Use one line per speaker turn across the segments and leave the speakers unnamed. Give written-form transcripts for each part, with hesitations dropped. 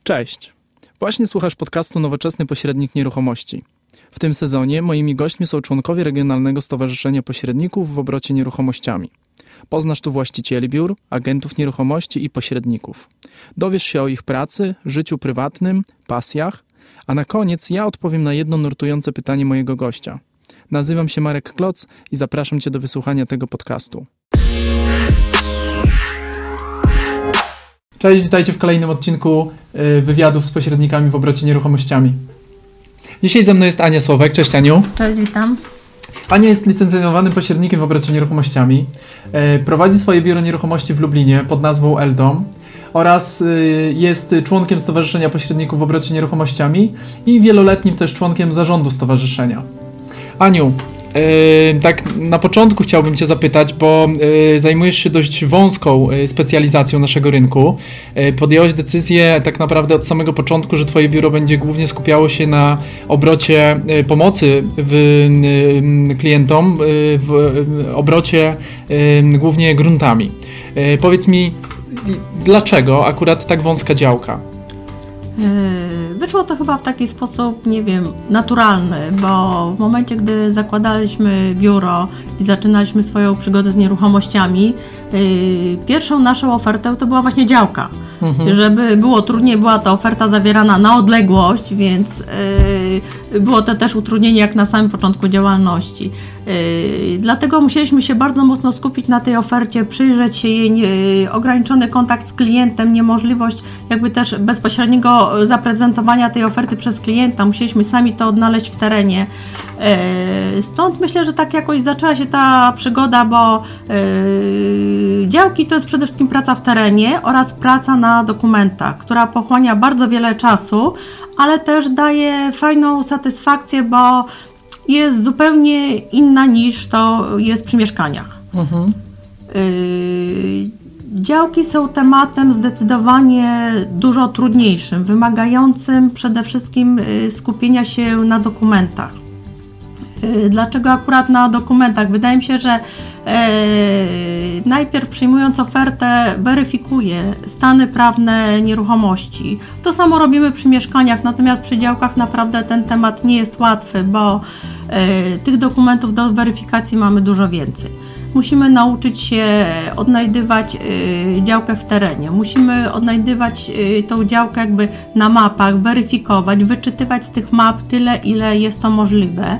Cześć! Właśnie słuchasz podcastu Nowoczesny Pośrednik Nieruchomości. W tym sezonie moimi gośćmi są członkowie Regionalnego Stowarzyszenia Pośredników w obrocie nieruchomościami. Poznasz tu właścicieli biur, agentów nieruchomości i pośredników. Dowiesz się o ich pracy, życiu prywatnym, pasjach, a na koniec ja odpowiem na jedno nurtujące pytanie mojego gościa. Nazywam się Marek Kloc i zapraszam Cię do wysłuchania tego podcastu. Cześć, witajcie w kolejnym odcinku wywiadów z pośrednikami w obrocie nieruchomościami. Dzisiaj ze mną jest Ania Słowek. Cześć Aniu.
Cześć, witam.
Ania jest licencjonowanym pośrednikiem w obrocie nieruchomościami. Prowadzi swoje biuro nieruchomości w Lublinie pod nazwą Eldom oraz jest członkiem Stowarzyszenia Pośredników w obrocie nieruchomościami i wieloletnim też członkiem zarządu stowarzyszenia. Aniu, tak na początku chciałbym Cię zapytać, bo zajmujesz się dość wąską specjalizacją naszego rynku. Podjęłaś decyzję tak naprawdę od samego początku, że Twoje biuro będzie głównie skupiało się na obrocie pomocy klientom, w obrocie głównie gruntami. Powiedz mi, dlaczego akurat tak wąska działka?
Wyszło to chyba w taki sposób, nie wiem, naturalny, bo w momencie, gdy zakładaliśmy biuro i zaczynaliśmy swoją przygodę z nieruchomościami, pierwszą naszą ofertę to była właśnie działka. Żeby było trudniej, była to oferta zawierana na odległość, więc było to też utrudnienie jak na samym początku działalności. Dlatego musieliśmy się bardzo mocno skupić na tej ofercie, przyjrzeć się jej, ograniczony kontakt z klientem, niemożliwość jakby też bezpośredniego zaprezentowania tej oferty przez klienta. Musieliśmy sami to odnaleźć w terenie. Stąd myślę, że tak jakoś zaczęła się ta przygoda, bo działki to jest przede wszystkim praca w terenie oraz praca na dokumentach, która pochłania bardzo wiele czasu, ale też daje fajną satysfakcję, bo jest zupełnie inna niż to jest przy mieszkaniach. Działki są tematem zdecydowanie dużo trudniejszym, wymagającym przede wszystkim skupienia się na dokumentach. Dlaczego akurat na dokumentach? Wydaje mi się, że najpierw przyjmując ofertę weryfikuję stany prawne nieruchomości. To samo robimy przy mieszkaniach, natomiast przy działkach naprawdę ten temat nie jest łatwy, bo tych dokumentów do weryfikacji mamy dużo więcej. Musimy nauczyć się odnajdywać działkę w terenie. Musimy odnajdywać tą działkę jakby na mapach, weryfikować, wyczytywać z tych map tyle, ile jest to możliwe.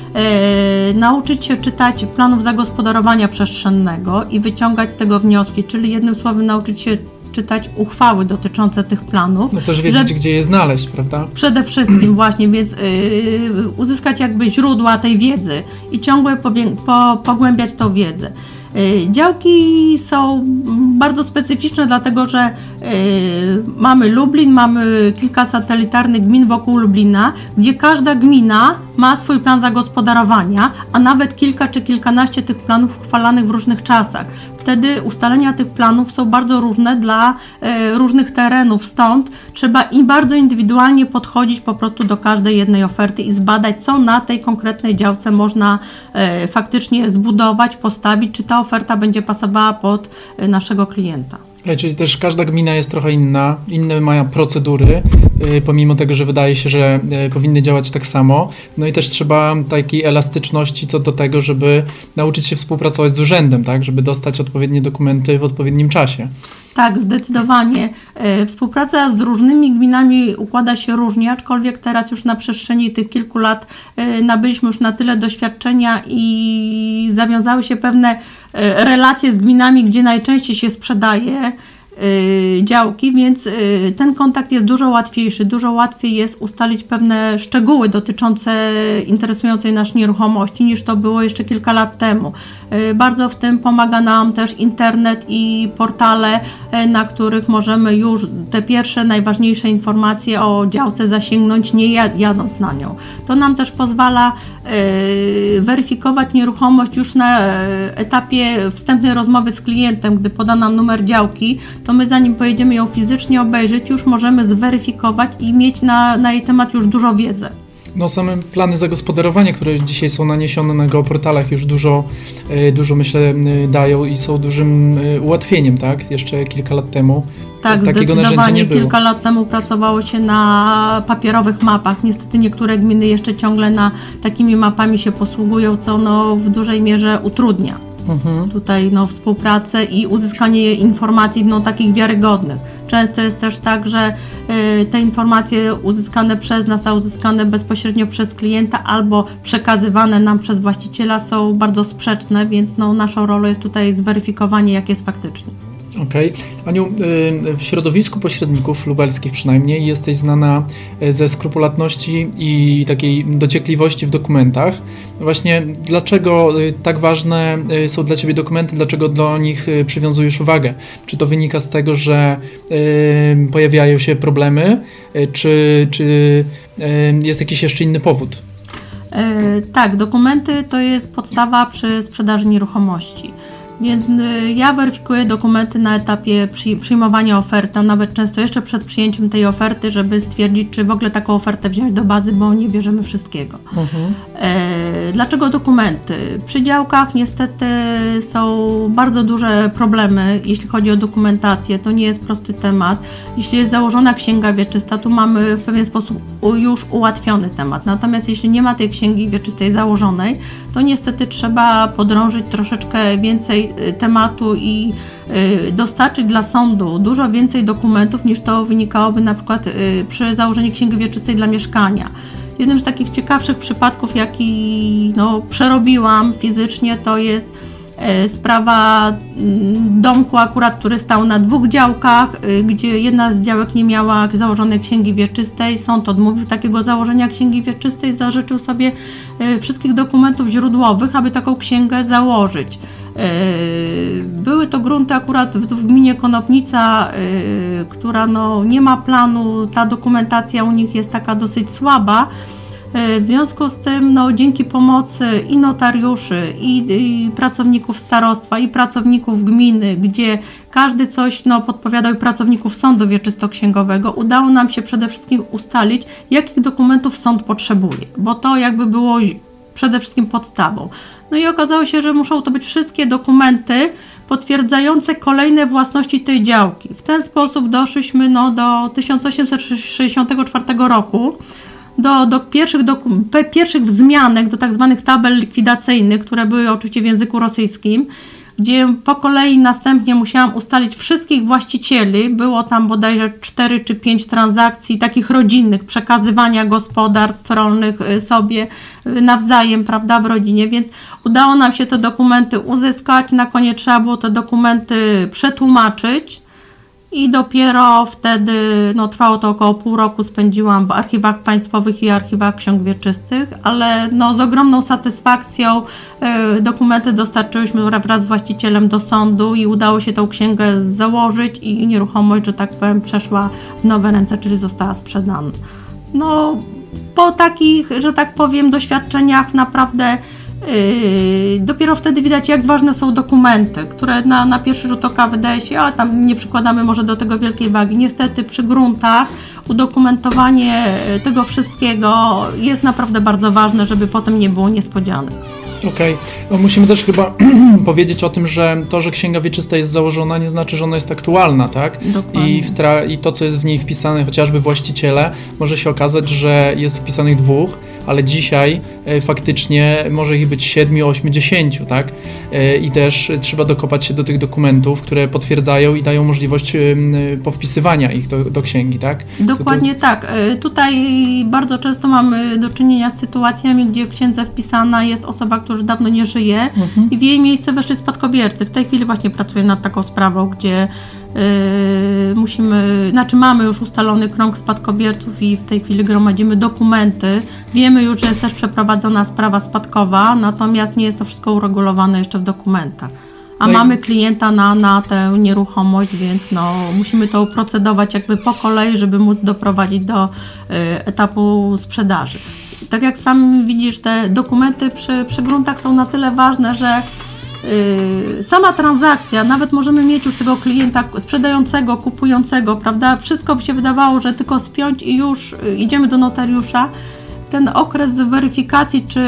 Nauczyć się czytać planów zagospodarowania przestrzennego i wyciągać z tego wnioski, czyli jednym słowem nauczyć się czytać uchwały dotyczące tych planów.
No też wiedzieć, gdzie je znaleźć, prawda?
Przede wszystkim właśnie, więc uzyskać jakby źródła tej wiedzy i ciągle pogłębiać tą wiedzę. Działki są bardzo specyficzne, dlatego że mamy Lublin, mamy kilka satelitarnych gmin wokół Lublina, gdzie każda gmina ma swój plan zagospodarowania, a nawet kilka czy kilkanaście tych planów uchwalanych w różnych czasach. Wtedy ustalenia tych planów są bardzo różne dla różnych terenów, stąd trzeba i bardzo indywidualnie podchodzić po prostu do każdej jednej oferty i zbadać, co na tej konkretnej działce można faktycznie zbudować, postawić, czy ta oferta będzie pasowała pod naszego klienta.
Czyli też każda gmina jest trochę inna, inne mają procedury, pomimo tego, że wydaje się, że powinny działać tak samo. No i też trzeba takiej elastyczności co do tego, żeby nauczyć się współpracować z urzędem, tak, żeby dostać odpowiednie dokumenty w odpowiednim czasie.
Tak, zdecydowanie. Współpraca z różnymi gminami układa się różnie, aczkolwiek teraz już na przestrzeni tych kilku lat nabyliśmy już na tyle doświadczenia i zawiązały się pewne relacje z gminami, gdzie najczęściej się sprzedaje działki, więc ten kontakt jest dużo łatwiejszy, dużo łatwiej jest ustalić pewne szczegóły dotyczące interesującej nas nieruchomości niż to było jeszcze kilka lat temu. Bardzo w tym pomaga nam też internet i portale, na których możemy już te pierwsze, najważniejsze informacje o działce zasięgnąć, nie jadąc na nią. To nam też pozwala weryfikować nieruchomość już na etapie wstępnej rozmowy z klientem, gdy poda nam numer działki, to my zanim pojedziemy ją fizycznie obejrzeć, już możemy zweryfikować i mieć na jej temat już dużo wiedzy.
No same plany zagospodarowania, które dzisiaj są naniesione na geoportalach, już dużo myślę dają i są dużym ułatwieniem, tak? Jeszcze kilka lat temu
tak,
takiego narzędzia nie było.
Kilka lat temu pracowało się na papierowych mapach. Niestety niektóre gminy jeszcze ciągle takimi mapami się posługują, co w dużej mierze utrudnia tutaj współpracę i uzyskanie informacji takich wiarygodnych. Często jest też tak, że te informacje uzyskane przez nas, a uzyskane bezpośrednio przez klienta albo przekazywane nam przez właściciela są bardzo sprzeczne, więc naszą rolą jest tutaj zweryfikowanie, jak jest faktycznie.
Okej. Aniu, w środowisku pośredników lubelskich przynajmniej jesteś znana ze skrupulatności i takiej dociekliwości w dokumentach. Właśnie dlaczego tak ważne są dla Ciebie dokumenty, dlaczego do nich przywiązujesz uwagę? Czy to wynika z tego, że pojawiają się problemy, czy jest jakiś jeszcze inny powód?
Tak, dokumenty to jest podstawa przy sprzedaży nieruchomości. Więc ja weryfikuję dokumenty na etapie przyjmowania oferty, a nawet często jeszcze przed przyjęciem tej oferty, żeby stwierdzić, czy w ogóle taką ofertę wziąć do bazy, bo nie bierzemy wszystkiego. Dlaczego dokumenty? Przy działkach niestety są bardzo duże problemy, jeśli chodzi o dokumentację. To nie jest prosty temat. Jeśli jest założona księga wieczysta, tu mamy w pewien sposób już ułatwiony temat. Natomiast jeśli nie ma tej księgi wieczystej założonej, to niestety trzeba podrążyć troszeczkę więcej tematu i dostarczyć dla sądu dużo więcej dokumentów, niż to wynikałoby na przykład przy założeniu księgi wieczystej dla mieszkania. Jednym z takich ciekawszych przypadków, jaki przerobiłam fizycznie, to jest sprawa domku akurat, który stał na 2 działkach, gdzie jedna z działek nie miała założonej księgi wieczystej. Sąd odmówił takiego założenia księgi wieczystej, zażyczył sobie wszystkich dokumentów źródłowych, aby taką księgę założyć. Były to grunty akurat w gminie Konopnica, która nie ma planu, ta dokumentacja u nich jest taka dosyć słaba. W związku z tym dzięki pomocy i notariuszy, i pracowników starostwa, i pracowników gminy, gdzie każdy coś podpowiadał, i pracowników sądu wieczystoksięgowego, udało nam się przede wszystkim ustalić, jakich dokumentów sąd potrzebuje, bo to jakby było przede wszystkim podstawą. I okazało się, że muszą to być wszystkie dokumenty potwierdzające kolejne własności tej działki. W ten sposób doszliśmy do 1864 roku, do pierwszych wzmianek, do tak zwanych tabel likwidacyjnych, które były oczywiście w języku rosyjskim, gdzie po kolei następnie musiałam ustalić wszystkich właścicieli. Było tam bodajże 4 czy 5 transakcji takich rodzinnych, przekazywania gospodarstw rolnych sobie nawzajem, prawda, w rodzinie, więc udało nam się te dokumenty uzyskać. Na koniec trzeba było te dokumenty przetłumaczyć. I dopiero wtedy, trwało to około pół roku, spędziłam w archiwach państwowych i archiwach ksiąg wieczystych, ale z ogromną satysfakcją dokumenty dostarczyłyśmy wraz z właścicielem do sądu i udało się tą księgę założyć i nieruchomość, że tak powiem, przeszła w nowe ręce, czyli została sprzedana. Po takich, że tak powiem, doświadczeniach naprawdę dopiero wtedy widać, jak ważne są dokumenty, które na pierwszy rzut oka wydaje się, a tam nie przykładamy może do tego wielkiej wagi. Niestety przy gruntach udokumentowanie tego wszystkiego jest naprawdę bardzo ważne, żeby potem nie było niespodzianek.
Okej. Musimy też chyba powiedzieć o tym, że to, że księga wieczysta jest założona, nie znaczy, że ona jest aktualna, tak?
Dokładnie.
I to, co jest w niej wpisane, chociażby właściciele, może się okazać, że jest wpisanych 2, ale dzisiaj faktycznie może ich być 7, 8, 10, tak? I też trzeba dokopać się do tych dokumentów, które potwierdzają i dają możliwość powpisywania ich do księgi, tak?
Dokładnie tak. Tutaj bardzo często mamy do czynienia z sytuacjami, gdzie w księdze wpisana jest osoba, która już dawno nie żyje i w jej miejsce weszli spadkobiercy. W tej chwili właśnie pracuję nad taką sprawą, gdzie mamy już ustalony krąg spadkobierców i w tej chwili gromadzimy dokumenty. Wiemy już, że jest też przeprowadzona sprawa spadkowa, natomiast nie jest to wszystko uregulowane jeszcze w dokumentach. A mamy klienta na tę nieruchomość, więc musimy to procedować jakby po kolei, żeby móc doprowadzić do etapu sprzedaży. Tak jak sam widzisz, te dokumenty przy gruntach są na tyle ważne, że sama transakcja, nawet możemy mieć już tego klienta sprzedającego, kupującego, prawda? Wszystko by się wydawało, że tylko spiąć i już idziemy do notariusza. ten okres weryfikacji czy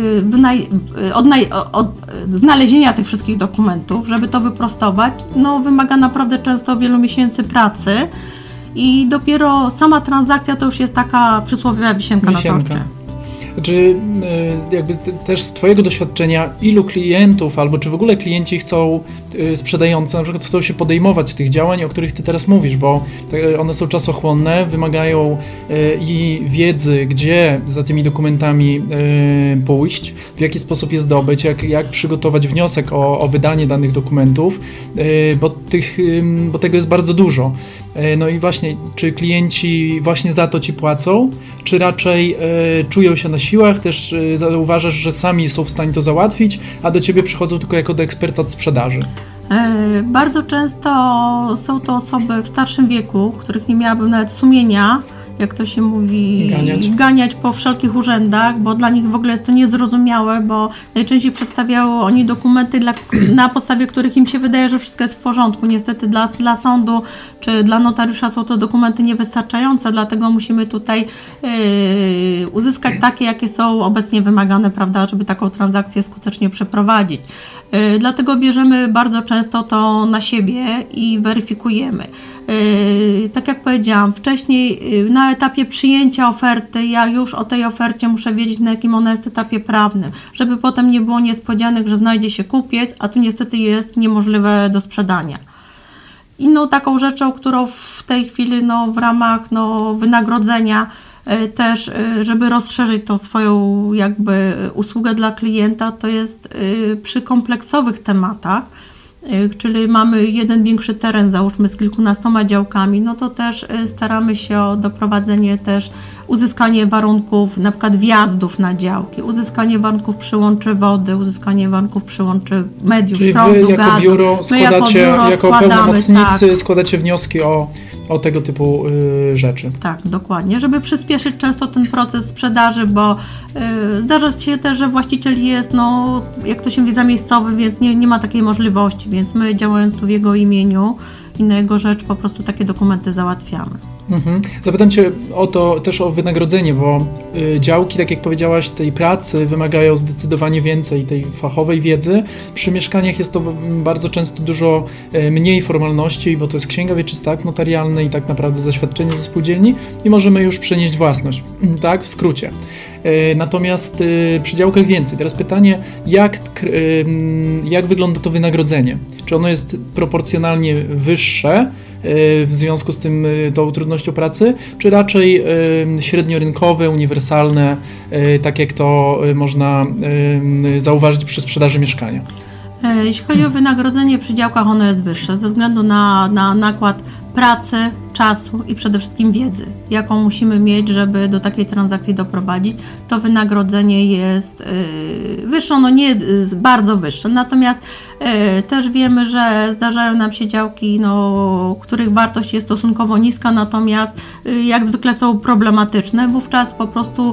znalezienia tych wszystkich dokumentów, żeby to wyprostować, no wymaga naprawdę często wielu miesięcy pracy i dopiero sama transakcja to już jest taka przysłowiowa wisienka na torcie.
Czy jakby też z Twojego doświadczenia, ilu klientów, albo czy w ogóle klienci chcą, sprzedający na przykład chcą się podejmować tych działań, o których Ty teraz mówisz, bo one są czasochłonne, wymagają i wiedzy, gdzie za tymi dokumentami pójść, w jaki sposób je zdobyć, jak przygotować wniosek o wydanie danych dokumentów, bo tego jest bardzo dużo. No i właśnie, czy klienci właśnie za to Ci płacą, czy raczej czują się na siłach, też zauważasz, że sami są w stanie to załatwić, a do Ciebie przychodzą tylko jako do eksperta od sprzedaży?
Bardzo często są to osoby w starszym wieku, których nie miałabym nawet sumienia, jak to się mówi, ganiać po wszelkich urzędach, bo dla nich w ogóle jest to niezrozumiałe, bo najczęściej przedstawiają oni dokumenty, na podstawie których im się wydaje, że wszystko jest w porządku. Niestety dla sądu czy dla notariusza są to dokumenty niewystarczające, dlatego musimy tutaj uzyskać takie, jakie są obecnie wymagane, prawda, żeby taką transakcję skutecznie przeprowadzić. Dlatego bierzemy bardzo często to na siebie i weryfikujemy. Tak jak powiedziałam, wcześniej na etapie przyjęcia oferty, ja już o tej ofercie muszę wiedzieć, na jakim ona jest etapie prawnym, żeby potem nie było niespodzianek, że znajdzie się kupiec, a tu niestety jest niemożliwe do sprzedania. Inną taką rzeczą, którą w tej chwili w ramach wynagrodzenia też, żeby rozszerzyć tą swoją jakby usługę dla klienta, to jest przy kompleksowych tematach, czyli mamy jeden większy teren, załóżmy z kilkunastoma działkami, no to też staramy się o doprowadzenie też, uzyskanie warunków na przykład wjazdów na działki, uzyskanie warunków przyłączy wody, uzyskanie warunków przyłączy mediów,
czyli
prądu,
wy jako
gazu.
biuro składacie, jako pełnomocnicy
tak.
składacie wnioski o tego typu rzeczy.
Tak, dokładnie, żeby przyspieszyć często ten proces sprzedaży, bo zdarza się też, że właściciel jest, jak to się mówi, zamiejscowy, więc nie ma takiej możliwości, więc my działając tu w jego imieniu i na jego rzecz po prostu takie dokumenty załatwiamy.
Zapytam Cię też o wynagrodzenie, bo działki, tak jak powiedziałaś, tej pracy wymagają zdecydowanie więcej tej fachowej wiedzy. Przy mieszkaniach jest to bardzo często dużo mniej formalności, bo to jest księga wieczysta, akt notarialny i tak naprawdę zaświadczenie ze spółdzielni i możemy już przenieść własność, tak, w skrócie. Natomiast przy działkach więcej. Teraz pytanie, jak wygląda to wynagrodzenie? Czy ono jest proporcjonalnie wyższe w związku z tą trudnością pracy, czy raczej średniorynkowe, uniwersalne, tak jak to można zauważyć przy sprzedaży mieszkania?
Jeśli chodzi o wynagrodzenie przy działkach, ono jest wyższe ze względu na nakład pracy, czasu i przede wszystkim wiedzy, jaką musimy mieć, żeby do takiej transakcji doprowadzić. To wynagrodzenie jest wyższe, nie jest bardzo wyższe, natomiast też wiemy, że zdarzają nam się działki, których wartość jest stosunkowo niska, natomiast jak zwykle są problematyczne. Wówczas po prostu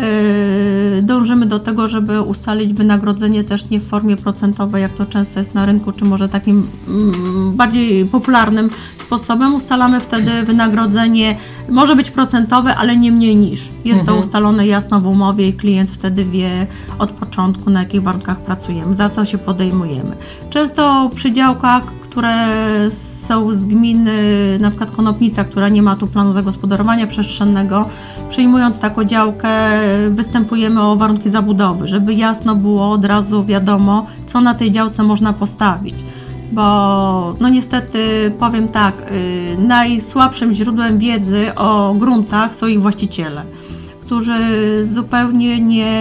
dążymy do tego, żeby ustalić wynagrodzenie też nie w formie procentowej, jak to często jest na rynku, czy może takim bardziej popularnym sposobem. Ustalamy wtedy wynagrodzenie, może być procentowe, ale nie mniej niż. Jest to ustalone jasno w umowie i klient wtedy wie od początku, na jakich warunkach pracujemy, za co się podejmujemy. Często przy działkach, które są z gminy, na przykład Konopnica, która nie ma tu planu zagospodarowania przestrzennego, przyjmując taką działkę, występujemy o warunki zabudowy, żeby jasno było od razu wiadomo, co na tej działce można postawić. Bo niestety powiem tak, najsłabszym źródłem wiedzy o gruntach są ich właściciele, którzy zupełnie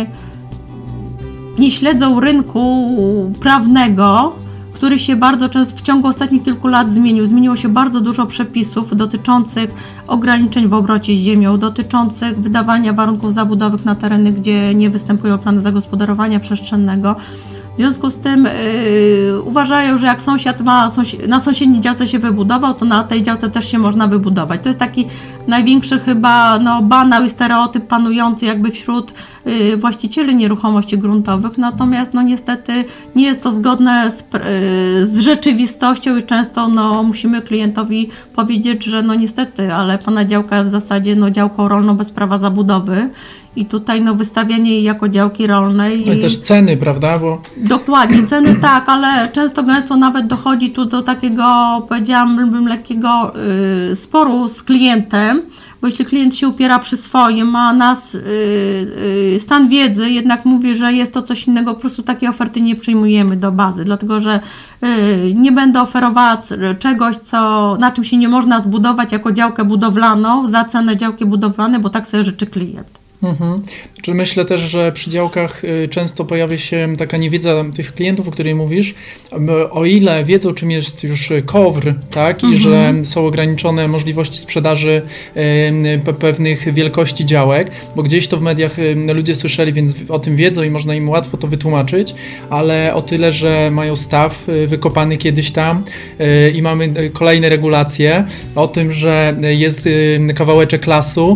nie śledzą rynku prawnego, który się bardzo często w ciągu ostatnich kilku lat zmienił. Zmieniło się bardzo dużo przepisów dotyczących ograniczeń w obrocie ziemią, dotyczących wydawania warunków zabudowych na tereny, gdzie nie występują plany zagospodarowania przestrzennego. W związku z tym uważają, że jak sąsiad na sąsiedniej działce się wybudował, to na tej działce też się można wybudować. To jest taki największy chyba banał i stereotyp panujący jakby wśród właścicieli nieruchomości gruntowych, natomiast niestety nie jest to zgodne z rzeczywistością i często musimy klientowi powiedzieć, że niestety, ale pana działka jest w zasadzie działką rolną bez prawa zabudowy I tutaj no, wystawianie jej jako działki rolnej.
No i też ceny, prawda?
Dokładnie, ceny tak, ale często gęsto nawet dochodzi tu do takiego, powiedziałabym, lekkiego sporu z klientem, bo jeśli klient się upiera przy swoim, a nas stan wiedzy jednak mówi, że jest to coś innego, po prostu takiej oferty nie przyjmujemy do bazy, dlatego że nie będę oferowała czegoś, na czym się nie można zbudować jako działkę budowlaną za cenę działki budowlanej, bo tak sobie życzy klient.
Czy myślę też, że przy działkach często pojawia się taka niewiedza tych klientów, o której mówisz, o ile wiedzą, czym jest już KOWR, tak, i że są ograniczone możliwości sprzedaży pewnych wielkości działek, bo gdzieś to w mediach ludzie słyszeli, więc o tym wiedzą i można im łatwo to wytłumaczyć, ale o tyle, że mają staw wykopany kiedyś tam i mamy kolejne regulacje o tym, że jest kawałeczek lasu,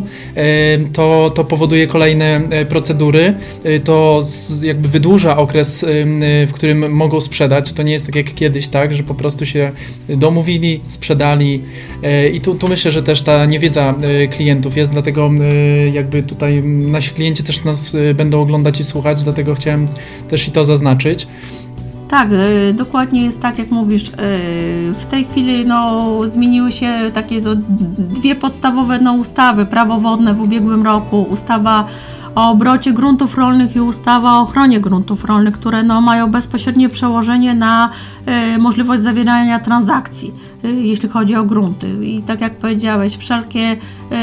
to powoduje kolejne procedury, to jakby wydłuża okres, w którym mogą sprzedać. To nie jest tak jak kiedyś, tak, że po prostu się domówili, sprzedali i tu myślę, że też ta niewiedza klientów jest, dlatego jakby tutaj nasi klienci też nas będą oglądać i słuchać, dlatego chciałem też i to zaznaczyć.
Tak, dokładnie jest tak, jak mówisz. W tej chwili zmieniły się takie dwie podstawowe ustawy, prawo wodne w ubiegłym roku, ustawa o obrocie gruntów rolnych i ustawa o ochronie gruntów rolnych, które mają bezpośrednie przełożenie na możliwość zawierania transakcji, jeśli chodzi o grunty. I tak jak powiedziałeś, wszelkie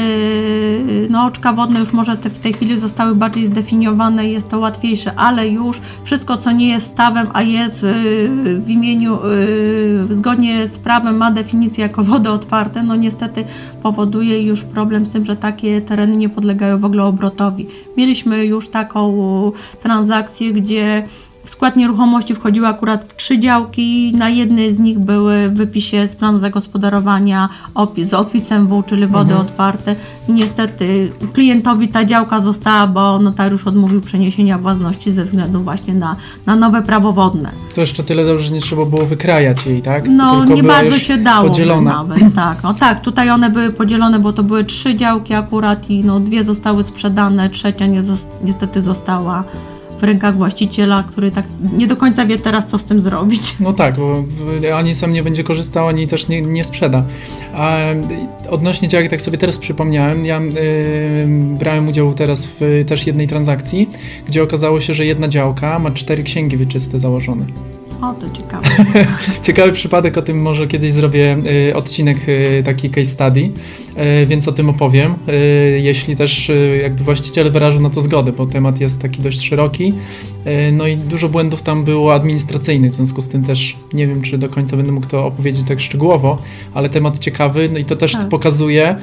oczka wodne już może w tej chwili zostały bardziej zdefiniowane i jest to łatwiejsze, ale już wszystko, co nie jest stawem, a jest w imieniu, zgodnie z prawem, ma definicję jako wody otwarte, niestety powoduje już problem z tym, że takie tereny nie podlegają w ogóle obrotowi. Mieliśmy już taką transakcję, gdzie w skład nieruchomości wchodziły akurat w 3 działki, na jednej z nich były w wypisie z planu zagospodarowania z opisem W, czyli wody otwarte. I niestety klientowi ta działka została, bo notariusz odmówił przeniesienia własności ze względu właśnie na nowe prawo wodne.
To jeszcze tyle dobrze, że nie trzeba było wykrajać jej, tak?
Tylko nie bardzo się dało
nawet,
tak. Tak, tutaj one były podzielone, bo to były 3 działki akurat i 2 zostały sprzedane, trzecia niestety została w rękach właściciela, który tak nie do końca wie teraz, co z tym zrobić.
No tak, bo ani sam nie będzie korzystał, ani też nie sprzeda. A odnośnie działek, tak sobie teraz przypomniałem, ja brałem udział teraz w też jednej transakcji, gdzie okazało się, że jedna działka ma 4 księgi wieczyste założone.
O, to ciekawe.
Ciekawy przypadek, o tym może kiedyś zrobię odcinek, taki case study, więc o tym opowiem, jeśli też jakby właściciele wyrażą na to zgodę, bo temat jest taki dość szeroki, no i dużo błędów tam było administracyjnych, w związku z tym też nie wiem, czy do końca będę mógł to opowiedzieć tak szczegółowo, ale temat ciekawy, no i to też pokazuje,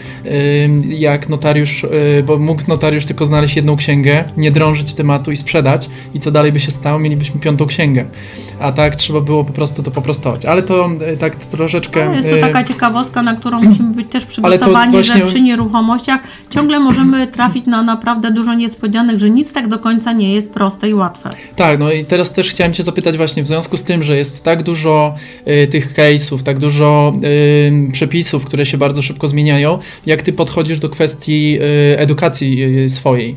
jak notariusz, bo mógł notariusz tylko znaleźć jedną księgę, nie drążyć tematu i sprzedać i co dalej by się stało, mielibyśmy 5. księgę, a tak trzeba było po prostu to poprostować, ale to tak troszeczkę...
No jest to taka ciekawostka, na którą musimy być też przygotowani, właśnie... że przy nieruchomościach ciągle możemy trafić na naprawdę dużo niespodzianek, że nic tak do końca nie jest proste i łatwe.
Tak, no i teraz też chciałem Cię zapytać właśnie w związku z tym, że jest tak dużo tych case'ów, tak dużo przepisów, które się bardzo szybko zmieniają, jak Ty podchodzisz do kwestii edukacji swojej?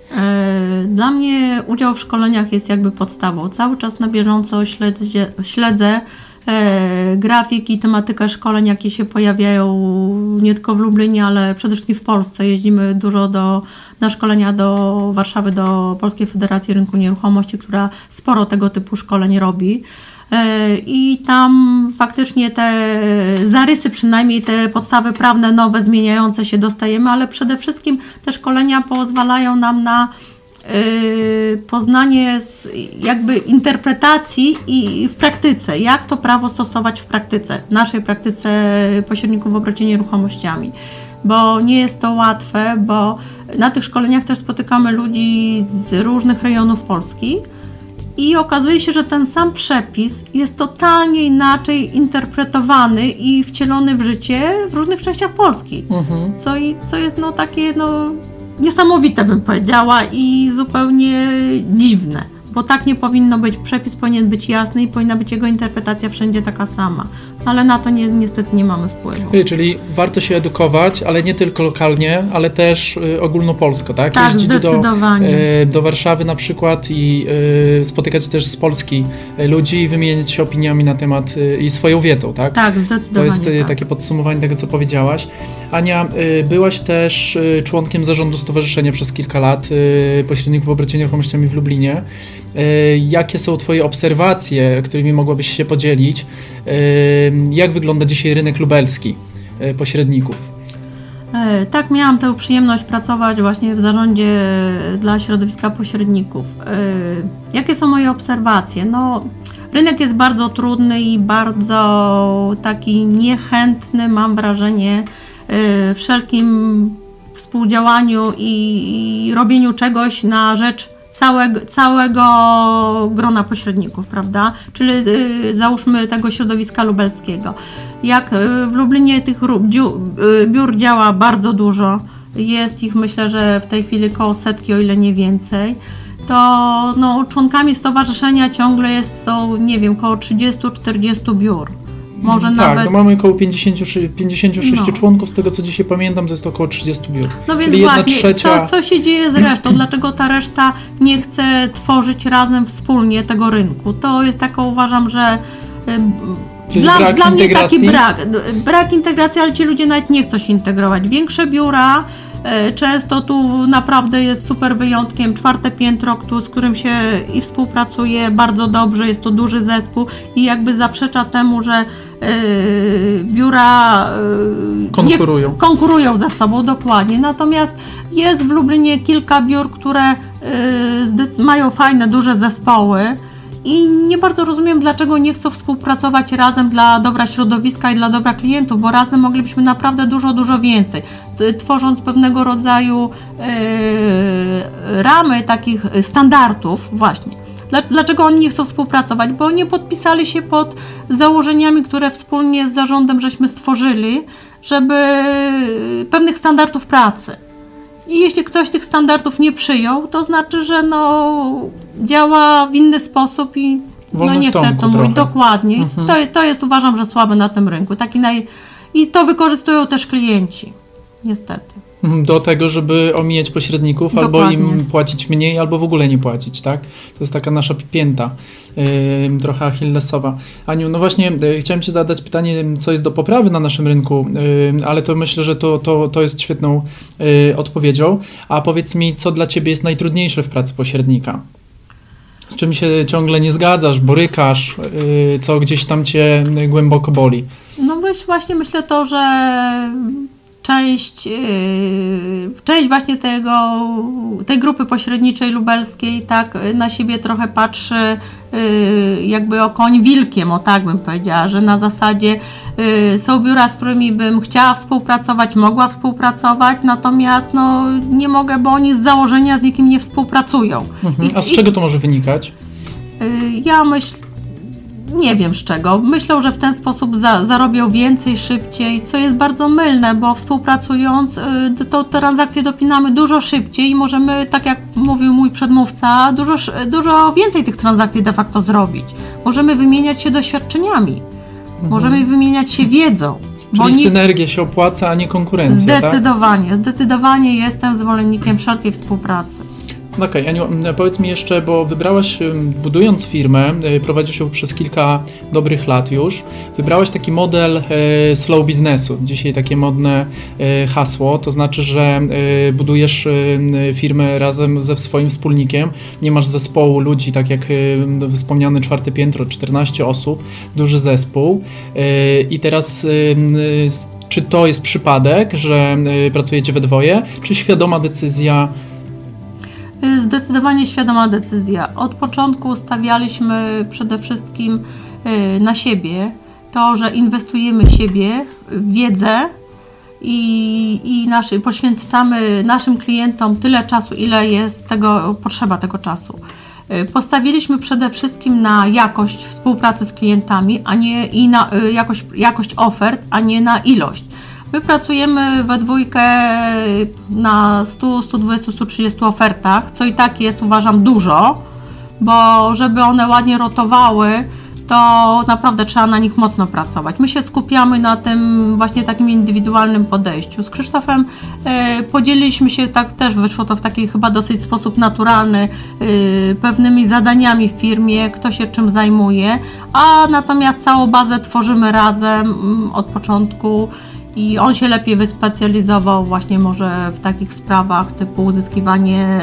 Dla mnie udział w szkoleniach jest jakby podstawą. Cały czas na bieżąco śledzę grafik i tematykę szkoleń, jakie się pojawiają nie tylko w Lublinie, ale przede wszystkim w Polsce. Jeździmy dużo na szkolenia do Warszawy, do Polskiej Federacji Rynku Nieruchomości, która sporo tego typu szkoleń robi. I tam faktycznie te zarysy, przynajmniej te podstawy prawne nowe, zmieniające się dostajemy, ale przede wszystkim te szkolenia pozwalają nam na poznanie jakby interpretacji i w praktyce, jak to prawo stosować w praktyce, w naszej praktyce pośredników w obrocie nieruchomościami, bo nie jest to łatwe, bo na tych szkoleniach też spotykamy ludzi z różnych rejonów Polski i okazuje się, że ten sam przepis jest totalnie inaczej interpretowany i wcielony w życie w różnych częściach Polski, co jest takie niesamowite, bym powiedziała, i zupełnie dziwne, bo tak nie powinno być. Przepis powinien być jasny i powinna być jego interpretacja wszędzie taka sama. ale na to niestety nie mamy wpływu.
Czyli warto się edukować, ale nie tylko lokalnie, ale też ogólnopolsko, tak?
Tak,
Jeździć
zdecydowanie.
do Warszawy na przykład i spotykać też z Polski ludzi i wymieniać się opiniami na temat i swoją wiedzą, tak?
Tak, zdecydowanie.
To jest
tak.
takie podsumowanie tego, co powiedziałaś. Ania, byłaś też członkiem zarządu stowarzyszenia przez kilka lat pośredników w obrocie nieruchomościami w Lublinie. Jakie są Twoje obserwacje, którymi mogłabyś się podzielić? Jak wygląda dzisiaj rynek lubelski pośredników?
Tak, miałam tę przyjemność pracować właśnie w zarządzie dla środowiska pośredników. Jakie są moje obserwacje? No, rynek jest bardzo trudny i bardzo taki niechętny, mam wrażenie, wszelkim współdziałaniu i robieniu czegoś na rzecz całego grona pośredników, prawda? Czyli załóżmy tego środowiska lubelskiego. Jak w Lublinie tych biur działa bardzo dużo, jest ich myślę, że w tej chwili koło 100, o ile nie więcej, to no, członkami stowarzyszenia ciągle jest to, nie wiem, koło 30-40 biur. Może
tak,
nawet...
no mamy około 56 członków, z tego co dzisiaj pamiętam, to jest około 30 biur.
No więc
czyli
właśnie,
1/3...
co się dzieje z resztą? Dlaczego ta reszta nie chce tworzyć razem wspólnie tego rynku? To jest taka, uważam, że dla mnie taki brak integracji, ale ci ludzie nawet nie chcą się integrować. Większe biura, często tu naprawdę jest super wyjątkiem 4. piętro, z którym się i współpracuje bardzo dobrze, jest to duży zespół i jakby zaprzecza temu, że biura konkurują ze sobą, dokładnie. Natomiast jest w Lublinie kilka biur, które mają fajne, duże zespoły i nie bardzo rozumiem, dlaczego nie chcą współpracować razem dla dobra środowiska i dla dobra klientów, bo razem moglibyśmy naprawdę dużo więcej. Tworząc pewnego rodzaju ramy takich standardów właśnie. Dlaczego oni nie chcą współpracować? Bo nie podpisali się pod założeniami, które wspólnie z zarządem żeśmy stworzyli, żeby pewnych standardów pracy. I jeśli ktoś tych standardów nie przyjął, to znaczy, że no, działa w inny sposób i no, nie chcę to mówić dokładnie. To jest, uważam, że słabe na tym rynku. I to wykorzystują też klienci, niestety.
Do tego, żeby omijać pośredników, dokładnie. Albo im płacić mniej, albo w ogóle nie płacić, tak? To jest taka nasza pięta, trochę achillesowa. Aniu, no właśnie, chciałem Ci zadać pytanie, co jest do poprawy na naszym rynku, ale to myślę, że to jest świetną odpowiedzią. A powiedz mi, co dla Ciebie jest najtrudniejsze w pracy pośrednika? Z czym się ciągle nie zgadzasz, borykasz, co gdzieś tam Cię głęboko boli?
No właśnie myślę to, że część właśnie tej grupy pośredniczej lubelskiej tak na siebie trochę patrzy jakby o koń wilkiem, o tak bym powiedziała, że na zasadzie są biura, z którymi bym chciała współpracować, mogła współpracować, natomiast no, nie mogę, bo oni z założenia z nikim nie współpracują.
A z czego to może wynikać?
Ja nie wiem z czego. Myślę, że w ten sposób zarobią więcej, szybciej, co jest bardzo mylne, bo współpracując to transakcje dopinamy dużo szybciej i możemy, tak jak mówił mój przedmówca, dużo więcej tych transakcji de facto zrobić. Możemy wymieniać się doświadczeniami, możemy wymieniać się wiedzą.
Czyli synergia się opłaca, a nie konkurencja,
zdecydowanie, tak? Zdecydowanie jestem zwolennikiem wszelkiej współpracy.
Okej, Aniu, powiedz mi jeszcze, bo wybrałaś, budując firmę, prowadzisz ją przez kilka dobrych lat już, wybrałaś taki model slow biznesu, dzisiaj takie modne hasło, to znaczy, że budujesz firmę razem ze swoim wspólnikiem, nie masz zespołu ludzi, tak jak wspomniane 4. piętro, 14 osób, duży zespół i teraz czy to jest przypadek, że pracujecie we dwoje, czy świadoma decyzja?
Zdecydowanie świadoma decyzja. Od początku stawialiśmy przede wszystkim na siebie, to, że inwestujemy w siebie, w wiedzę i poświęcamy naszym klientom tyle czasu, ile jest potrzeba tego czasu. Postawiliśmy przede wszystkim na jakość współpracy z klientami, i na jakość ofert, a nie na ilość. My pracujemy we dwójkę na 100, 120, 130 ofertach, co i tak jest, uważam, dużo, bo żeby one ładnie rotowały, to naprawdę trzeba na nich mocno pracować. My się skupiamy na tym właśnie takim indywidualnym podejściu. Z Krzysztofem podzieliliśmy się, tak też wyszło to w taki chyba dosyć sposób naturalny, pewnymi zadaniami w firmie, kto się czym zajmuje, a natomiast całą bazę tworzymy razem od początku. I on się lepiej wyspecjalizował właśnie może w takich sprawach typu uzyskiwanie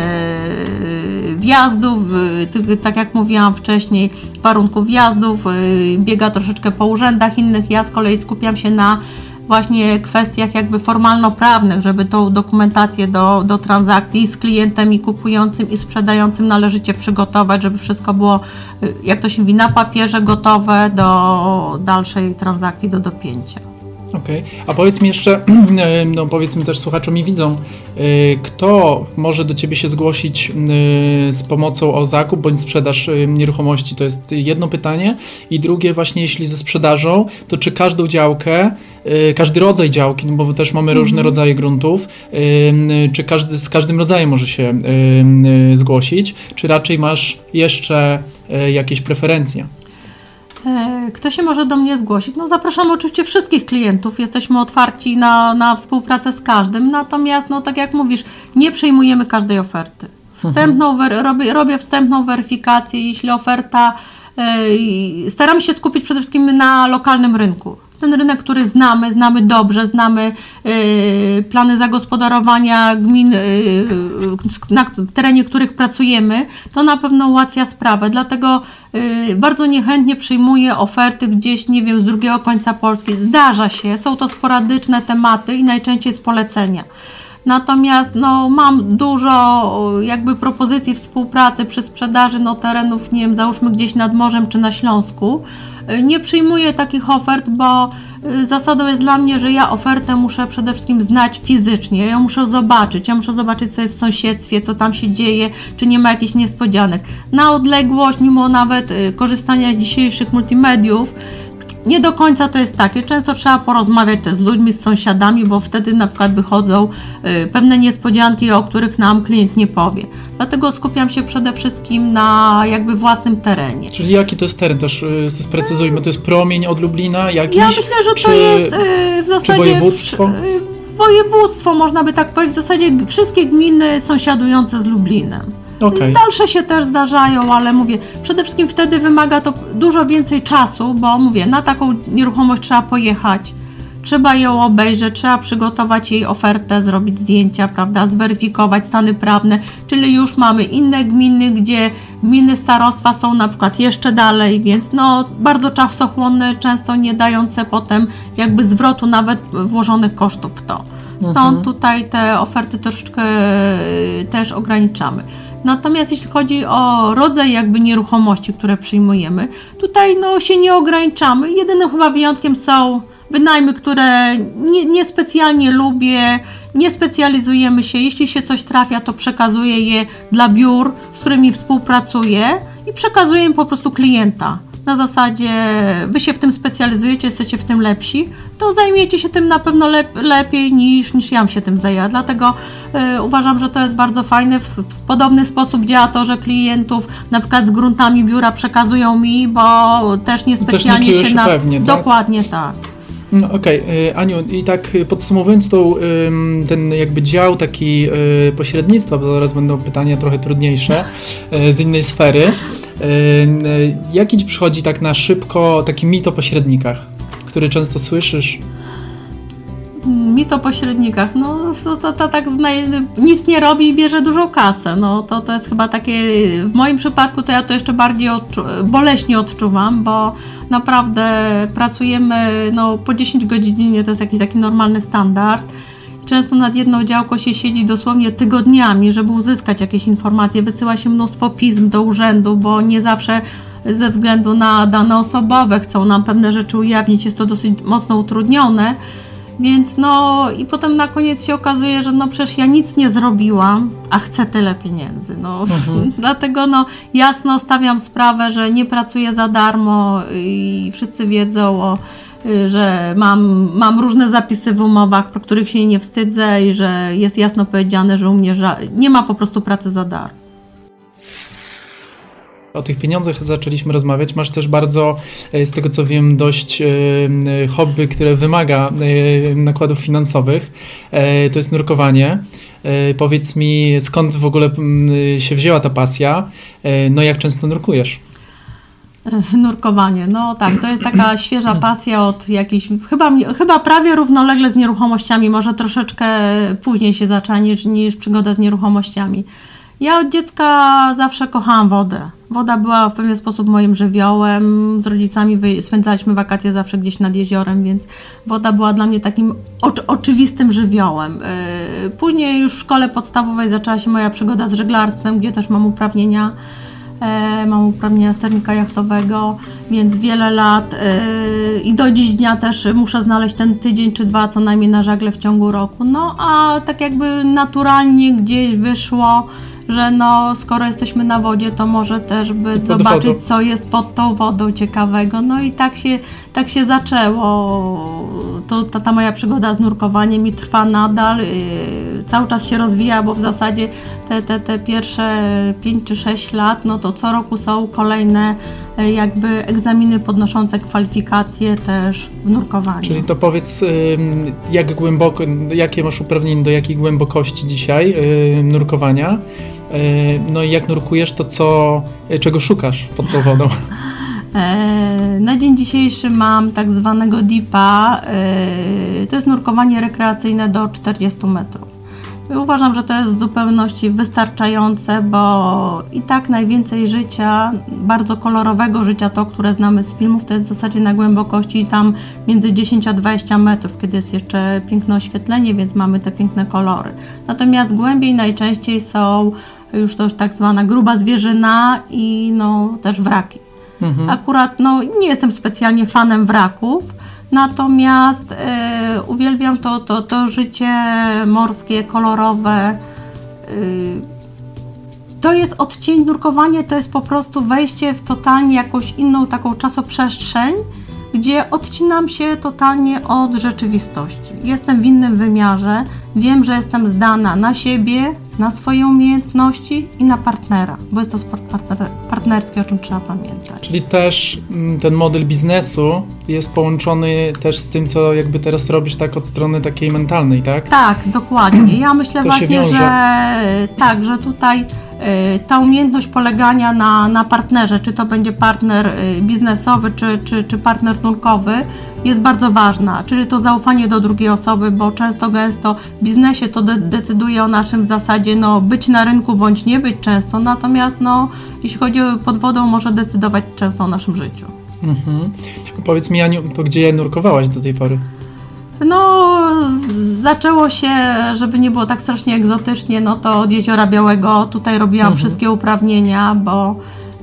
wjazdów, tak jak mówiłam wcześniej, warunków wjazdów, biega troszeczkę po urzędach innych. Ja z kolei skupiam się na właśnie kwestiach jakby formalno-prawnych, żeby tą dokumentację do transakcji z klientem, i kupującym, i sprzedającym należycie przygotować, żeby wszystko było, jak to się mówi, na papierze gotowe do dalszej transakcji, do dopięcia.
Okej. A powiedz mi jeszcze, no powiedzmy też słuchaczom i widzom, kto może do Ciebie się zgłosić z pomocą o zakup bądź sprzedaż nieruchomości? To jest jedno pytanie. I drugie właśnie, jeśli ze sprzedażą, to czy każdą działkę, każdy rodzaj działki, no bo też mamy różne rodzaje gruntów, czy z każdym rodzajem może się zgłosić, czy raczej masz jeszcze jakieś preferencje?
Kto się może do mnie zgłosić? No zapraszamy oczywiście wszystkich klientów, jesteśmy otwarci na współpracę z każdym, natomiast no tak jak mówisz, nie przyjmujemy każdej oferty. Robię wstępną weryfikację, jeśli oferta, staramy się skupić przede wszystkim na lokalnym rynku. Ten rynek, który znamy dobrze, znamy plany zagospodarowania gmin, na terenie których pracujemy, to na pewno ułatwia sprawę. Dlatego bardzo niechętnie przyjmuję oferty gdzieś, nie wiem, z drugiego końca Polski. Zdarza się, są to sporadyczne tematy i najczęściej z polecenia. Natomiast no, mam dużo jakby propozycji współpracy przy sprzedaży terenów, nie wiem, załóżmy gdzieś nad morzem czy na Śląsku. Nie przyjmuję takich ofert, bo zasadą jest dla mnie, że ja ofertę muszę przede wszystkim znać fizycznie, ja muszę zobaczyć, co jest w sąsiedztwie, co tam się dzieje, czy nie ma jakichś niespodzianek. Na odległość, mimo nawet korzystania z dzisiejszych multimediów, nie do końca to jest takie. Często trzeba porozmawiać też z ludźmi, z sąsiadami, bo wtedy na przykład wychodzą pewne niespodzianki, o których nam klient nie powie. Dlatego skupiam się przede wszystkim na jakby własnym terenie.
Czyli jaki to jest teren? Też sprecyzujmy, to jest promień od Lublina? Jakiś,
ja myślę, że to jest w zasadzie
województwo?
Województwo, można by tak powiedzieć, w zasadzie wszystkie gminy sąsiadujące z Lublinem.
Okay.
Dalsze się też zdarzają, ale mówię, przede wszystkim wtedy wymaga to dużo więcej czasu, bo mówię, na taką nieruchomość trzeba pojechać, trzeba ją obejrzeć, trzeba przygotować jej ofertę, zrobić zdjęcia, prawda, zweryfikować stany prawne, czyli już mamy inne gminy, gdzie gminy starostwa są na przykład jeszcze dalej, więc no bardzo czasochłonne, często nie dające potem jakby zwrotu nawet włożonych kosztów w to. Stąd tutaj te oferty troszeczkę też ograniczamy. Natomiast jeśli chodzi o rodzaj jakby nieruchomości, które przyjmujemy, tutaj no się nie ograniczamy. Jedynym chyba wyjątkiem są wynajmy, które niespecjalnie lubię, nie specjalizujemy się. Jeśli się coś trafia, to przekazuję je dla biur, z którymi współpracuję i przekazuję im po prostu klienta. Na zasadzie wy się w tym specjalizujecie, jesteście w tym lepsi, to zajmiecie się tym na pewno lepiej niż ja bym się tym zajęła. Dlatego uważam, że to jest bardzo fajne. W podobny sposób działa to, że klientów na przykład z gruntami biura przekazują mi, bo też niespecjalnie się na...
Pewnie, tak?
Dokładnie tak.
No, okej. Aniu, i tak podsumowując ten jakby dział taki pośrednictwa, bo zaraz będą pytania trochę trudniejsze z innej sfery. Jaki Ci przychodzi tak na szybko taki mit o pośrednikach, który często słyszysz?
Mit o pośrednikach, no to tak nic nie robi i bierze dużą kasę, no to jest chyba takie, w moim przypadku to ja to jeszcze bardziej boleśnie odczuwam, bo naprawdę pracujemy no po 10 godzin dziennie, to jest jakiś taki normalny standard. Często nad jedną działką się siedzi dosłownie tygodniami, żeby uzyskać jakieś informacje, wysyła się mnóstwo pism do urzędu, bo nie zawsze ze względu na dane osobowe chcą nam pewne rzeczy ujawnić, jest to dosyć mocno utrudnione. Więc no i potem na koniec się okazuje, że no przecież ja nic nie zrobiłam, a chcę tyle pieniędzy. No, dlatego no jasno stawiam sprawę, że nie pracuję za darmo i wszyscy wiedzą, że mam różne zapisy w umowach, po których się nie wstydzę i że jest jasno powiedziane, że u mnie nie ma po prostu pracy za darmo.
O tych pieniądzach zaczęliśmy rozmawiać. Masz też bardzo, z tego co wiem, dość hobby, które wymaga nakładów finansowych. To jest nurkowanie. Powiedz mi, skąd w ogóle się wzięła ta pasja? No jak często nurkujesz?
Nurkowanie, no tak, to jest taka świeża pasja od jakiejś, chyba prawie równolegle z nieruchomościami, może troszeczkę później się zaczęła niż przygoda z nieruchomościami. Ja od dziecka zawsze kochałam wodę. Woda była w pewien sposób moim żywiołem. Z rodzicami spędzaliśmy wakacje zawsze gdzieś nad jeziorem, więc woda była dla mnie takim oczywistym żywiołem. Później już w szkole podstawowej zaczęła się moja przygoda z żeglarstwem, gdzie też mam uprawnienia. Mam uprawnienia sternika jachtowego, więc wiele lat i do dziś dnia też muszę znaleźć ten tydzień czy dwa co najmniej na żagle w ciągu roku. No a tak jakby naturalnie gdzieś wyszło, że no skoro jesteśmy na wodzie, to może też by zobaczyć, co jest pod tą wodą ciekawego. No i tak się zaczęło. Ta moja przygoda z nurkowaniem i trwa nadal. Cały czas się rozwija, bo w zasadzie te pierwsze 5 czy 6 lat, no to co roku są kolejne jakby egzaminy podnoszące kwalifikacje też w nurkowaniu.
Czyli to powiedz, jak głęboko, jakie masz uprawnienie do jakiej głębokości dzisiaj nurkowania? No i jak nurkujesz, to czego szukasz pod tą wodą?
Na dzień dzisiejszy mam tak zwanego DIP-a, to jest nurkowanie rekreacyjne do 40 metrów. Uważam, że to jest w zupełności wystarczające, bo i tak najwięcej życia, bardzo kolorowego życia, to które znamy z filmów, to jest w zasadzie na głębokości tam między 10 a 20 metrów, kiedy jest jeszcze piękne oświetlenie, więc mamy te piękne kolory. Natomiast głębiej najczęściej są już to tak zwana gruba zwierzyna i no też wraki. Akurat no, nie jestem specjalnie fanem wraków, natomiast uwielbiam to życie morskie, kolorowe. To jest odcień, nurkowanie to jest po prostu wejście w totalnie jakąś inną taką czasoprzestrzeń, gdzie odcinam się totalnie od rzeczywistości. Jestem w innym wymiarze, wiem, że jestem zdana na siebie, na swoje umiejętności i na partnera, bo jest to sport partnerski, o czym trzeba pamiętać.
Czyli też ten model biznesu jest połączony też z tym, co jakby teraz robisz tak od strony takiej mentalnej, tak?
Tak, dokładnie. Ja myślę właśnie, że tutaj ta umiejętność polegania na partnerze, czy to będzie partner biznesowy, czy partner nurkowy, jest bardzo ważna, czyli to zaufanie do drugiej osoby, bo gęsto w biznesie to decyduje o naszym w zasadzie być na rynku bądź nie być często, natomiast jeśli chodzi o pod wodą, może decydować często o naszym życiu.
Powiedz mi, Aniu, to gdzie nurkowałaś do tej pory?
Zaczęło się, żeby nie było tak strasznie egzotycznie, to od Jeziora Białego. Tutaj robiłam wszystkie uprawnienia, bo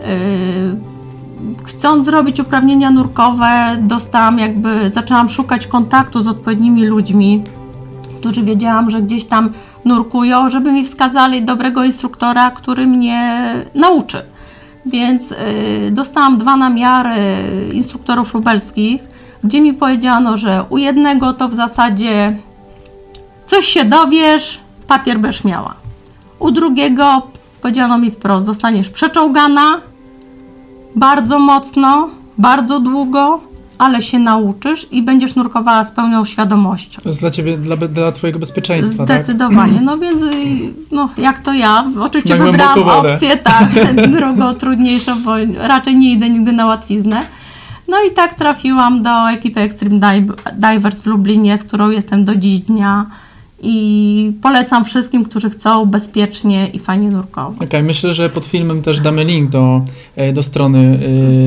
chcąc zrobić uprawnienia nurkowe, zaczęłam szukać kontaktu z odpowiednimi ludźmi, którzy wiedziałam, że gdzieś tam nurkują, żeby mi wskazali dobrego instruktora, który mnie nauczy. Więc dostałam 2 namiary instruktorów lubelskich, gdzie mi powiedziano, że u jednego to w zasadzie coś się dowiesz, papier będziesz miała. U drugiego powiedziano mi wprost, zostaniesz przeczołgana bardzo mocno, bardzo długo, ale się nauczysz i będziesz nurkowała z pełną świadomością.
To jest dla Ciebie, dla Twojego bezpieczeństwa,
zdecydowanie. Tak? Więc jak to ja, oczywiście wybrałam opcję, drogą trudniejszą, bo raczej nie idę nigdy na łatwiznę. I tak trafiłam do ekipy Extreme Divers w Lublinie, z którą jestem do dziś dnia i polecam wszystkim, którzy chcą bezpiecznie i fajnie nurkować.
Okej, myślę, że pod filmem też damy link do strony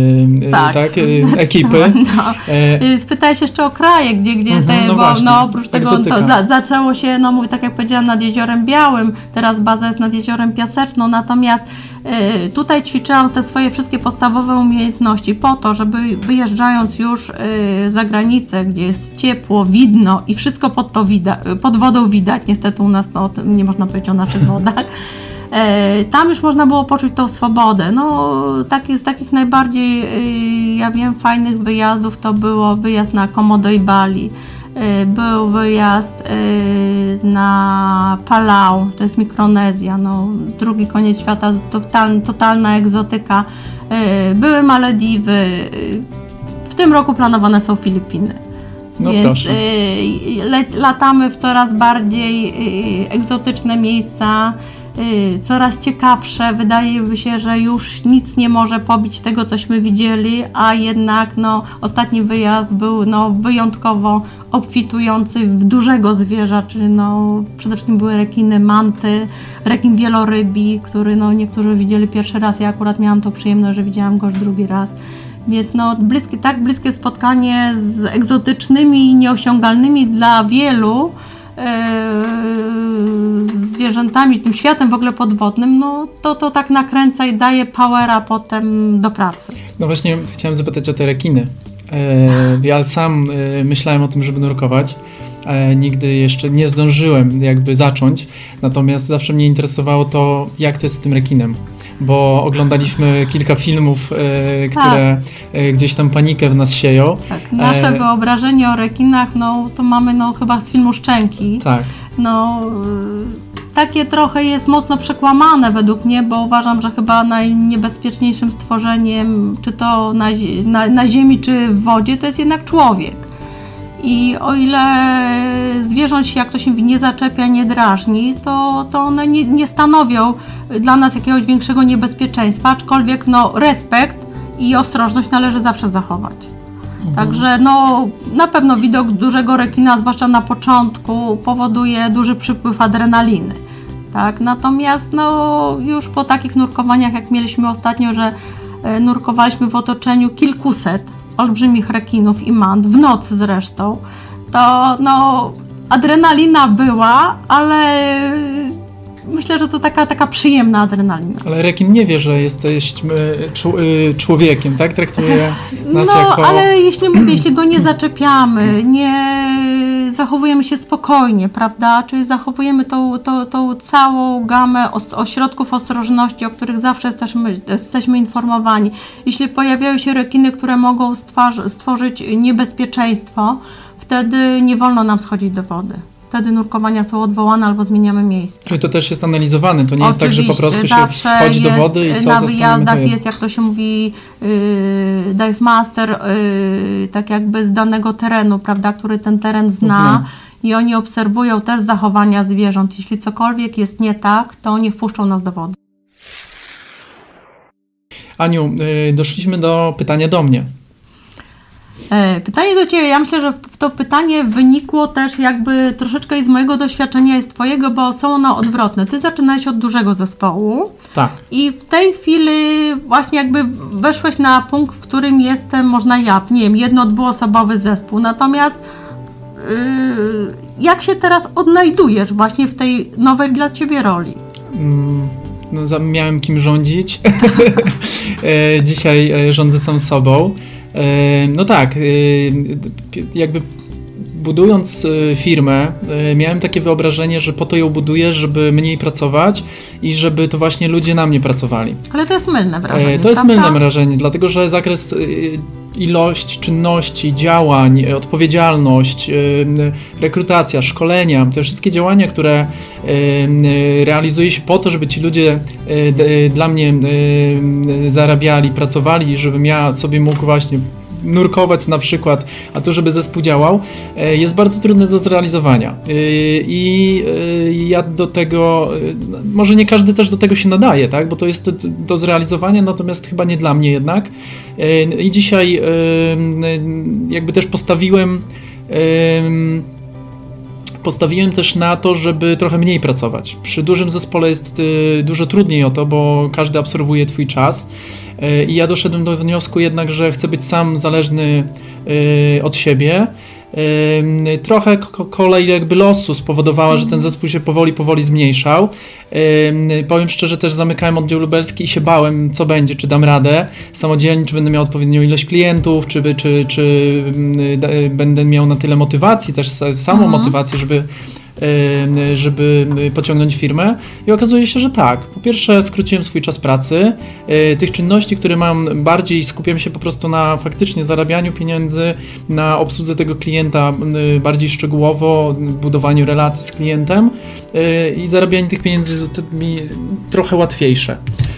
ekipy.
Spytałeś jeszcze o kraje, gdzie oprócz tego zaczęło się, mówię, tak jak powiedziałam, nad Jeziorem Białym, teraz baza jest nad Jeziorem Piaseczną, natomiast tutaj ćwiczyłam te swoje wszystkie podstawowe umiejętności po to, żeby wyjeżdżając już za granicę, gdzie jest ciepło, widno i wszystko pod wodą widać, niestety u nas nie można powiedzieć o naszych wodach, tam już można było poczuć tą swobodę. Z takich najbardziej, fajnych wyjazdów to było wyjazd na Komodo i Bali. Był wyjazd na Palau, to jest Mikronezja, no, drugi koniec świata, totalna egzotyka. Były Malediwy, w tym roku planowane są Filipiny.
No
więc
proszę.
Latamy w coraz bardziej egzotyczne miejsca, coraz ciekawsze. Wydaje mi się, że już nic nie może pobić tego, cośmy widzieli, a jednak no, ostatni wyjazd był no, wyjątkowo obfitujący w dużego zwierza, czyli no, przede wszystkim były rekiny, manty, rekin wielorybi, który no, niektórzy widzieli pierwszy raz, ja akurat miałam tą przyjemność, że widziałam go już drugi raz. Więc no, tak bliskie spotkanie z egzotycznymi, nieosiągalnymi dla wielu zwierzętami, tym światem w ogóle podwodnym, no to tak nakręca i daje powera potem do pracy.
No właśnie chciałem zapytać o te rekiny. Ja sam myślałem o tym, żeby nurkować. Nigdy jeszcze nie zdążyłem jakby zacząć, natomiast zawsze mnie interesowało to, jak to jest z tym rekinem, bo oglądaliśmy kilka filmów, które gdzieś tam panikę w nas sieją.
Tak, nasze wyobrażenie o rekinach, no to mamy no chyba z filmu Szczęki.
Tak.
No, takie trochę jest mocno przekłamane według mnie, bo uważam, że chyba najniebezpieczniejszym stworzeniem, czy to na ziemi, czy w wodzie, to jest jednak człowiek. I o ile zwierząt się, jak to się mówi, nie zaczepia, nie drażni, to one nie stanowią dla nas jakiegoś większego niebezpieczeństwa, aczkolwiek no, respekt i ostrożność należy zawsze zachować. Także no, na pewno widok dużego rekina, zwłaszcza na początku, powoduje duży przypływ adrenaliny. Tak? Natomiast no, już po takich nurkowaniach, jak mieliśmy ostatnio, że nurkowaliśmy w otoczeniu kilkuset olbrzymich rekinów i mant, w nocy zresztą, to no, adrenalina była, ale myślę, że to taka przyjemna adrenalina.
Ale rekin nie wie, że jesteśmy człowiekiem, tak? Traktuje nas
no,
jako...
ale jeśli go nie zaczepiamy, nie zachowujemy się spokojnie, prawda? Czyli zachowujemy tą całą gamę ośrodków ostrożności, o których zawsze jesteśmy informowani. Jeśli pojawiają się rekiny, które mogą stworzyć niebezpieczeństwo, wtedy nie wolno nam schodzić do wody. Wtedy nurkowania są odwołane albo zmieniamy miejsce.
Czyli to też jest analizowane, to nie jest tak, że po prostu się wchodzi do wody i co
na wyjazdach jest, jak to się mówi, dive master, tak jakby z danego terenu, prawda, który ten teren zna. I oni obserwują też zachowania zwierząt. Jeśli cokolwiek jest nie tak, to nie wpuszczą nas do wody.
Aniu, doszliśmy do pytania do mnie.
Pytanie do Ciebie, ja myślę, że to pytanie wynikło też jakby troszeczkę i z mojego doświadczenia i z Twojego, bo są one odwrotne. Ty zaczynałeś od dużego zespołu.
Tak.
I w tej chwili właśnie jakby weszłeś na punkt, w którym jestem, można nie wiem, 1-2-osobowy zespół. Natomiast jak się teraz odnajdujesz właśnie w tej nowej dla Ciebie roli?
No, miałem kim rządzić. Dzisiaj rządzę sam sobą. No tak, jakby budując firmę, miałem takie wyobrażenie, że po to ją buduję, żeby mniej pracować i żeby to właśnie ludzie na mnie pracowali.
Ale to jest mylne wrażenie,
To jest
prawda?
mylne wrażenie, dlatego że zakres, ilość czynności, działań, odpowiedzialność, rekrutacja, szkolenia, te wszystkie działania, które realizuje się po to, żeby ci ludzie dla mnie zarabiali, pracowali, żebym ja sobie mógł właśnie nurkować na przykład, a to, żeby zespół działał, jest bardzo trudne do zrealizowania. I ja do tego, może nie każdy też do tego się nadaje, tak? Bo to jest do zrealizowania, natomiast chyba nie dla mnie jednak. I dzisiaj jakby też postawiłem też na to, żeby trochę mniej pracować. Przy dużym zespole jest dużo trudniej o to, bo każdy absorbuje twój czas. I ja doszedłem do wniosku jednak, że chcę być sam zależny od siebie. Trochę kolej jakby losu spowodowała, że ten zespół się powoli zmniejszał. Powiem szczerze, też zamykałem oddział lubelski i się bałem, co będzie, czy dam radę samodzielnie, czy będę miał odpowiednią ilość klientów, czy będę miał na tyle motywacji, też samą motywację, żeby żeby pociągnąć firmę i okazuje się, że tak. Po pierwsze skróciłem swój czas pracy, tych czynności, które mam, bardziej skupiam się po prostu na faktycznie zarabianiu pieniędzy, na obsłudze tego klienta bardziej szczegółowo, budowaniu relacji z klientem i zarabianie tych pieniędzy jest mi trochę łatwiejsze.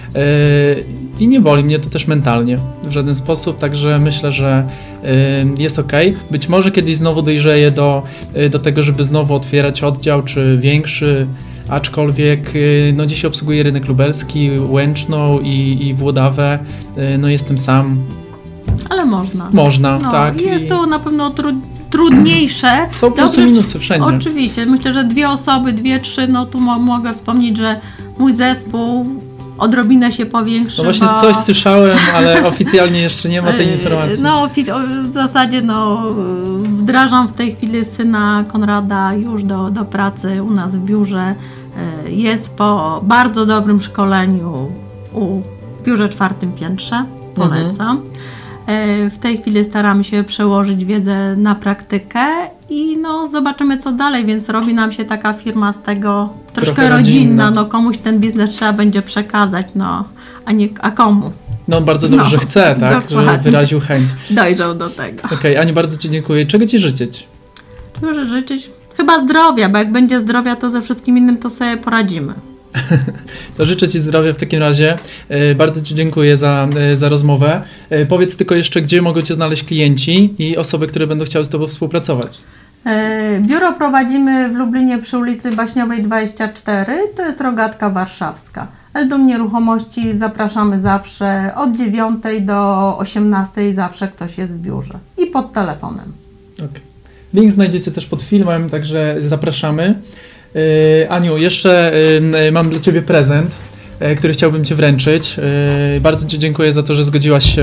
I nie boli mnie to też mentalnie w żaden sposób, także myślę, że jest ok. Być może kiedyś znowu dojrzeję do tego, żeby znowu otwierać oddział, czy większy, aczkolwiek no dzisiaj obsługuję rynek lubelski, Łęczną i Włodawę, no jestem sam.
Ale można.
Można,
no,
tak.
Jest to na pewno trudniejsze.
Są plusy i minusy wszędzie.
Oczywiście. Myślę, że 2 osoby, 2, 3, no tu mogę wspomnieć, że mój zespół odrobinę się powiększy.
No właśnie coś słyszałem, ale oficjalnie jeszcze nie ma tej informacji.
No w zasadzie wdrażam w tej chwili syna Konrada już do pracy u nas w biurze. Jest po bardzo dobrym szkoleniu w biurze 4. piętrze. Polecam. W tej chwili staramy się przełożyć wiedzę na praktykę i zobaczymy co dalej, więc robi nam się taka firma z tego troszkę rodzinna. No komuś ten biznes trzeba będzie przekazać, a komu?
No bardzo dobrze, że chce, tak?
Dokładnie.
Że wyraził chęć.
Dojrzał do tego.
Okej, Aniu, bardzo Ci dziękuję. Czego Ci życzyć?
Czego życzyć? Chyba zdrowia, bo jak będzie zdrowia, to ze wszystkim innym to sobie poradzimy.
To życzę Ci zdrowia w takim razie. Bardzo Ci dziękuję za rozmowę. Powiedz tylko jeszcze, gdzie mogą Cię znaleźć klienci i osoby, które będą chciały z Tobą współpracować.
Biuro prowadzimy w Lublinie przy ulicy Baśniowej 24, to jest Rogatka Warszawska. Eldom Nieruchomości zapraszamy zawsze od 9 do 18 zawsze ktoś jest w biurze i pod telefonem.
Okay. Link znajdziecie też pod filmem, także zapraszamy. Aniu, jeszcze mam dla Ciebie prezent, który chciałbym Ci wręczyć. Bardzo Ci dziękuję za to, że zgodziłaś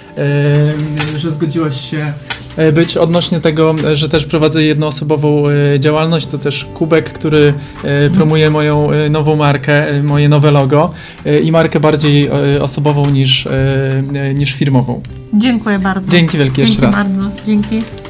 się być. Odnośnie tego, że też prowadzę jednoosobową działalność, to też kubek, który promuje moją nową markę, moje nowe logo i markę bardziej osobową niż firmową.
Dziękuję bardzo.
Dzięki wielkie jeszcze raz.
Dzięki bardzo. Dzięki.